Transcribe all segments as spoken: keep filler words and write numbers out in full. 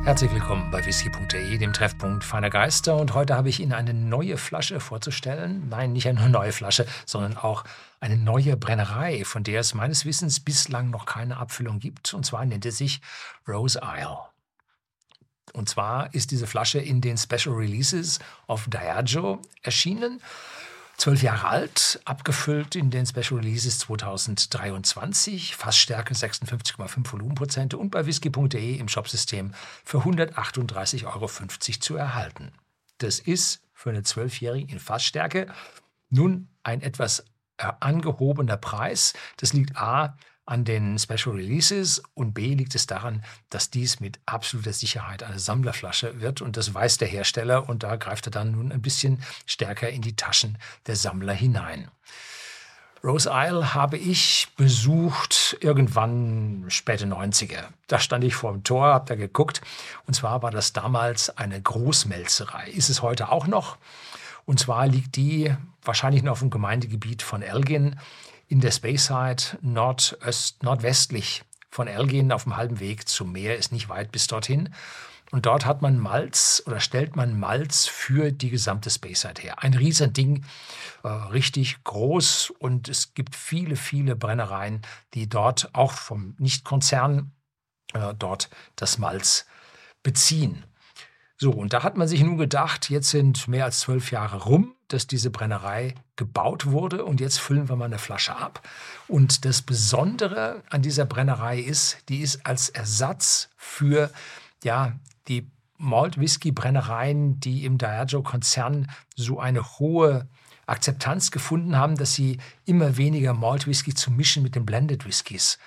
Herzlich willkommen bei whisky punkt de, dem Treffpunkt feiner Geister. Und heute habe ich Ihnen eine neue Flasche vorzustellen. Nein, nicht eine neue Flasche, sondern auch eine neue Brennerei, von der es meines Wissens bislang noch keine Abfüllung gibt. Und zwar nennt es sich Rose Isle. Und zwar ist diese Flasche in den Special Releases of Diageo erschienen. Zwölf Jahre alt, abgefüllt in den Special Releases zweitausenddreiundzwanzig, Fassstärke sechsundfünfzig Komma fünf Volumenprozente und bei whisky punkt de im Shopsystem für hundertachtunddreißig Euro fünfzig zu erhalten. Das ist für eine Zwölfjährige in Fassstärke nun ein etwas angehobener Preis. Das liegt A an den Special Releases und B liegt es daran, dass dies mit absoluter Sicherheit eine Sammlerflasche wird und das weiß der Hersteller und da greift er dann nun ein bisschen stärker in die Taschen der Sammler hinein. Rose Isle habe ich besucht irgendwann späte neunziger. Da stand ich vor dem Tor, habe da geguckt und zwar war das damals eine Großmelzerei. Ist es heute auch noch und zwar liegt die wahrscheinlich noch auf dem Gemeindegebiet von Elgin in der Speyside, nordöst, nordwestlich von Elgin auf dem halben Weg zum Meer, ist nicht weit bis dorthin. Und dort hat man Malz oder stellt man Malz für die gesamte Speyside her. Ein Riesending, äh, richtig groß und es gibt viele, viele Brennereien, die dort auch vom Nicht-Konzern äh, dort das Malz beziehen. So, und da hat man sich nun gedacht, jetzt sind mehr als zwölf Jahre rum, dass diese Brennerei gebaut wurde und jetzt füllen wir mal eine Flasche ab. Und das Besondere an dieser Brennerei ist, die ist als Ersatz für ja, die Malt-Whisky-Brennereien, die im Diageo-Konzern so eine hohe Akzeptanz gefunden haben, dass sie immer weniger Malt-Whisky zu mischen mit den Blended Whiskys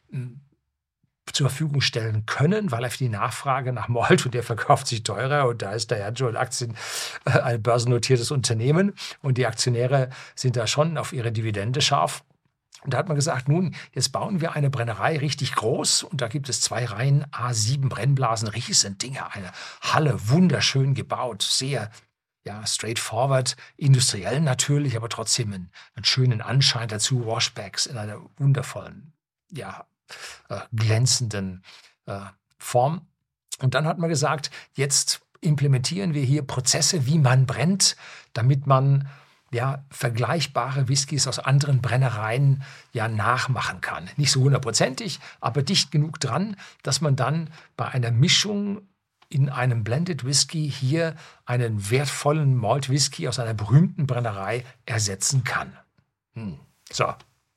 zur Verfügung stellen können, weil auf die Nachfrage nach Malt und der verkauft sich teurer und da ist Diageo ein Aktien, äh, ein börsennotiertes Unternehmen und die Aktionäre sind da schon auf ihre Dividende scharf. Und da hat man gesagt, nun, jetzt bauen wir eine Brennerei richtig groß und da gibt es zwei Reihen A sieben Brennblasen, Riesendinger, eine Halle, wunderschön gebaut, sehr ja, straightforward, industriell natürlich, aber trotzdem einen, einen schönen Anschein dazu, Washbacks in einer wundervollen, ja, Äh, glänzenden äh, Form. Und dann hat man gesagt, jetzt implementieren wir hier Prozesse, wie man brennt, damit man ja, vergleichbare Whiskys aus anderen Brennereien ja nachmachen kann. Nicht so hundertprozentig, aber dicht genug dran, dass man dann bei einer Mischung in einem Blended Whisky hier einen wertvollen Malt Whisky aus einer berühmten Brennerei ersetzen kann. Hm. So.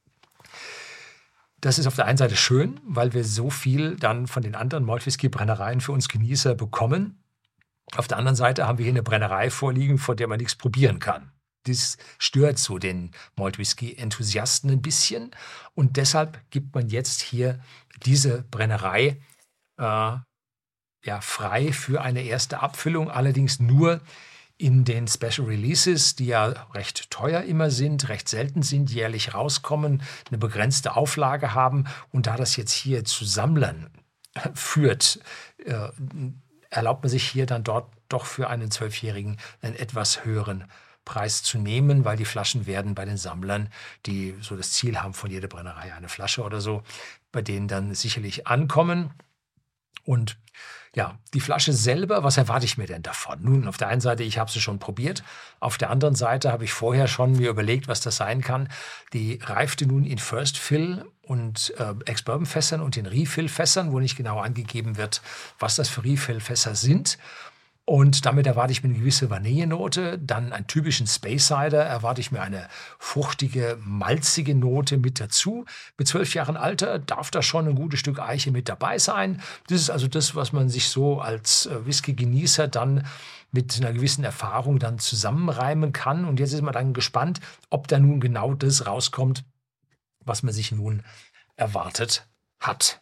Das ist auf der einen Seite schön, weil wir so viel dann von den anderen Malt-Whisky-Brennereien für uns Genießer bekommen. Auf der anderen Seite haben wir hier eine Brennerei vorliegen, von der man nichts probieren kann. Das stört so den Malt-Whisky-Enthusiasten ein bisschen. Und deshalb gibt man jetzt hier diese Brennerei äh, ja, frei für eine erste Abfüllung, allerdings nur in den Special Releases, die ja recht teuer immer sind, recht selten sind, jährlich rauskommen, eine begrenzte Auflage haben. Und da das jetzt hier zu Sammlern führt, äh, erlaubt man sich hier dann dort doch für einen Zwölfjährigen einen etwas höheren Preis zu nehmen, weil die Flaschen werden bei den Sammlern, die so das Ziel haben von jeder Brennerei eine Flasche oder so, bei denen dann sicherlich ankommen. Und ja, die Flasche selber, was erwarte ich mir denn davon? Nun, auf der einen Seite, ich habe sie schon probiert. Auf der anderen Seite habe ich vorher schon mir überlegt, was das sein kann. Die reifte nun in First Fill und äh, Ex-Bourbon-Fässern und in Refill-Fässern, wo nicht genau angegeben wird, was das für Refill-Fässer sind. Und damit erwarte ich mir eine gewisse Vanillenote, dann einen typischen Space Cider, erwarte ich mir eine fruchtige, malzige Note mit dazu. Mit zwölf Jahren Alter darf da schon ein gutes Stück Eiche mit dabei sein. Das ist also das, was man sich so als Whisky-Genießer dann mit einer gewissen Erfahrung dann zusammenreimen kann. Und jetzt ist man dann gespannt, ob da nun genau das rauskommt, was man sich nun erwartet hat.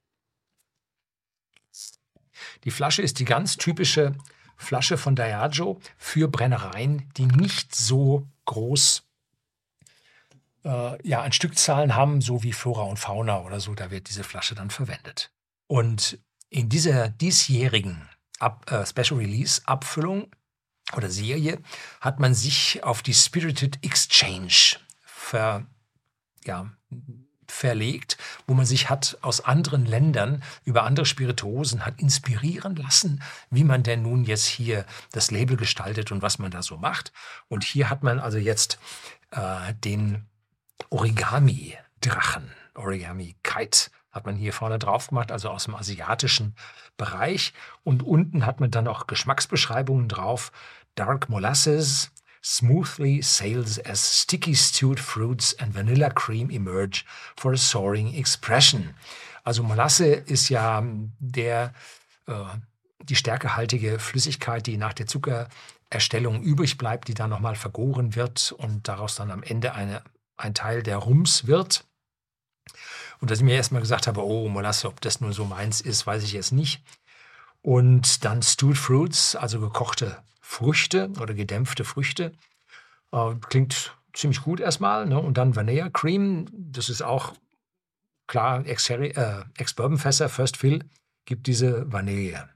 Die Flasche ist die ganz typische Flasche von Diageo für Brennereien, die nicht so groß äh, ja, an Stückzahlen haben, so wie Flora und Fauna oder so. Da wird diese Flasche dann verwendet. Und in dieser diesjährigen Ab, äh, Special Release Abfüllung oder Serie hat man sich auf die Spirited Exchange ver, ja, verlegt, wo man sich hat aus anderen Ländern über andere Spirituosen hat inspirieren lassen, wie man denn nun jetzt hier das Label gestaltet und was man da so macht. Und hier hat man also jetzt äh, den Origami-Drachen, Origami-Kite hat man hier vorne drauf gemacht, also aus dem asiatischen Bereich. Und unten hat man dann auch Geschmacksbeschreibungen drauf. Dark Molasses smoothly sails as sticky stewed fruits and vanilla cream emerge for a soaring expression. Also Molasse ist ja der, äh, die stärkehaltige Flüssigkeit, die nach der Zuckererstellung übrig bleibt, die dann nochmal vergoren wird und daraus dann am Ende eine, ein Teil der Rums wird. Und dass ich mir erstmal gesagt habe, oh, Molasse, ob das nur so meins ist, weiß ich jetzt nicht. Und dann Stewed Fruits, also gekochte Früchte oder gedämpfte Früchte. Äh, klingt ziemlich gut erstmal. Ne? Und dann Vanilla Cream, das ist auch klar, Ex-Bourbon-Fässer, First Fill, gibt diese Vanille.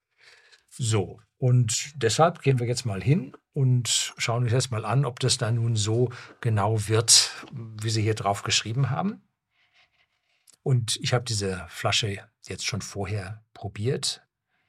So, und deshalb gehen wir jetzt mal hin und schauen uns jetzt mal an, ob das dann nun so genau wird, wie sie hier drauf geschrieben haben. Und ich habe diese Flasche jetzt schon vorher probiert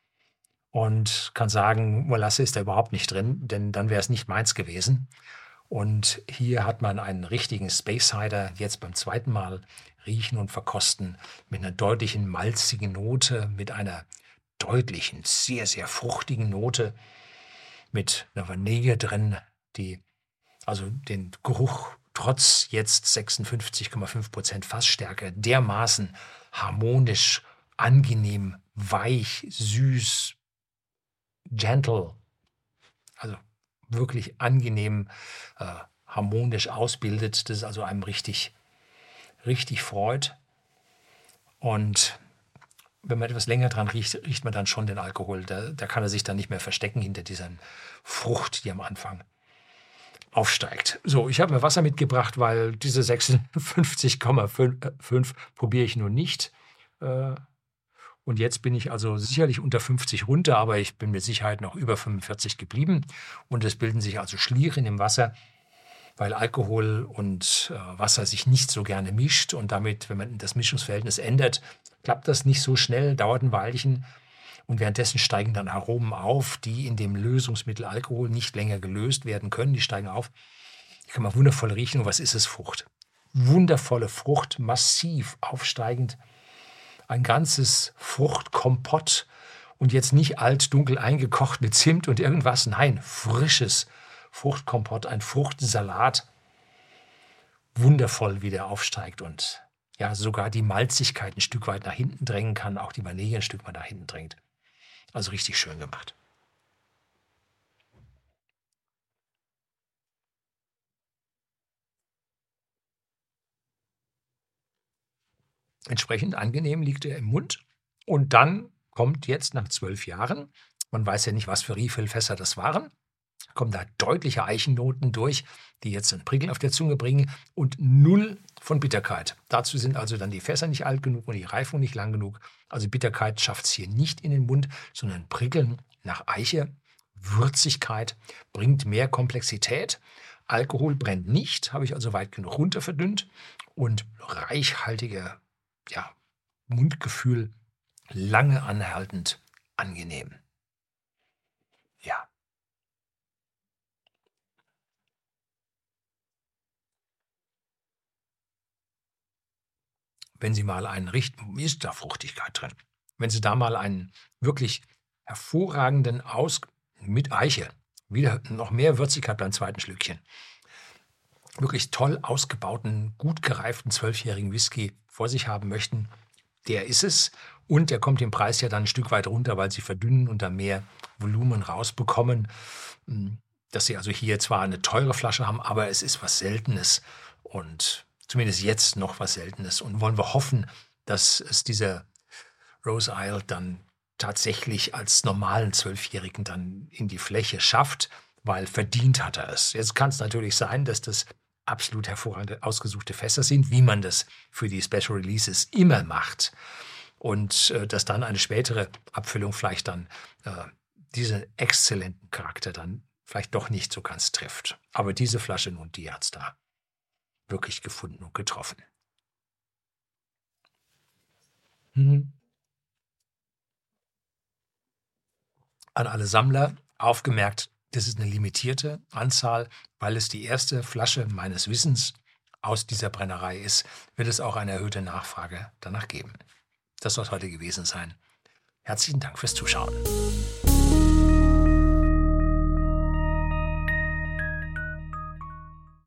und kann sagen, Molasse ist da überhaupt nicht drin, denn dann wäre es nicht meins gewesen. Und hier hat man einen richtigen Space Cider jetzt beim zweiten Mal riechen und verkosten mit einer deutlichen malzigen Note, mit einer deutlichen, sehr, sehr fruchtigen Note, mit einer Vanille drin, die also den Geruch trotz jetzt sechsundfünfzig Komma fünf Prozent Fassstärke dermaßen harmonisch, angenehm, weich, süß, gentle, also wirklich angenehm, äh, harmonisch ausbildet, das also einem richtig, richtig freut. Und wenn man etwas länger dran riecht, riecht man dann schon den Alkohol. Da, da kann er sich dann nicht mehr verstecken hinter dieser Frucht, die am Anfang aufsteigt. So, ich habe mir Wasser mitgebracht, weil diese sechsundfünfzig Komma fünf probiere ich nun nicht. Äh, Und jetzt bin ich also sicherlich unter fünfzig runter, aber ich bin mit Sicherheit noch über fünfundvierzig geblieben. Und es bilden sich also Schlieren im Wasser, weil Alkohol und äh, Wasser sich nicht so gerne mischt. Und damit, wenn man das Mischungsverhältnis ändert, klappt das nicht so schnell, dauert ein Weilchen. Und währenddessen steigen dann Aromen auf, die in dem Lösungsmittel Alkohol nicht länger gelöst werden können. Die steigen auf. Die kann man wundervoll riechen. Und was ist es? Frucht. Wundervolle Frucht, massiv aufsteigend. Ein ganzes Fruchtkompott und jetzt nicht alt, dunkel eingekocht mit Zimt und irgendwas. Nein, frisches Fruchtkompott, ein Fruchtsalat. Wundervoll, wie der aufsteigt und ja, sogar die Malzigkeit ein Stück weit nach hinten drängen kann, auch die Vanille ein Stück weit nach hinten drängt. Also richtig schön gemacht. Entsprechend angenehm liegt er im Mund. Und dann kommt jetzt nach zwölf Jahren, man weiß ja nicht, was für Refill-Fässer das waren, kommen da deutliche Eichennoten durch, die jetzt einen Prickeln auf der Zunge bringen und null von Bitterkeit. Dazu sind also dann die Fässer nicht alt genug und die Reifung nicht lang genug. Also Bitterkeit schafft es hier nicht in den Mund, sondern Prickeln nach Eiche. Würzigkeit bringt mehr Komplexität. Alkohol brennt nicht, habe ich also weit genug runter verdünnt. Und reichhaltige ja, Mundgefühl, lange anhaltend, angenehm. Ja. Wenn Sie mal einen richten, ist da Fruchtigkeit drin. Wenn Sie da mal einen wirklich hervorragenden Aus mit Eiche, wieder noch mehr Würzigkeit beim zweiten Schlückchen, wirklich toll ausgebauten, gut gereiften zwölfjährigen Whisky vor sich haben möchten, der ist es. Und der kommt im Preis ja dann ein Stück weit runter, weil sie verdünnen und da mehr Volumen rausbekommen. Dass sie also hier zwar eine teure Flasche haben, aber es ist was Seltenes und zumindest jetzt noch was Seltenes. Und wollen wir hoffen, dass es dieser Rose Isle dann tatsächlich als normalen Zwölfjährigen dann in die Fläche schafft, weil verdient hat er es. Jetzt kann es natürlich sein, dass das absolut hervorragende ausgesuchte Fässer sind, wie man das für die Special Releases immer macht. Und äh, dass dann eine spätere Abfüllung vielleicht dann äh, diesen exzellenten Charakter dann vielleicht doch nicht so ganz trifft. Aber diese Flasche nun, die hat es da wirklich gefunden und getroffen. Mhm. An alle Sammler aufgemerkt, das ist eine limitierte Anzahl, weil es die erste Flasche meines Wissens aus dieser Brennerei ist, wird es auch eine erhöhte Nachfrage danach geben. Das soll es heute gewesen sein. Herzlichen Dank fürs Zuschauen.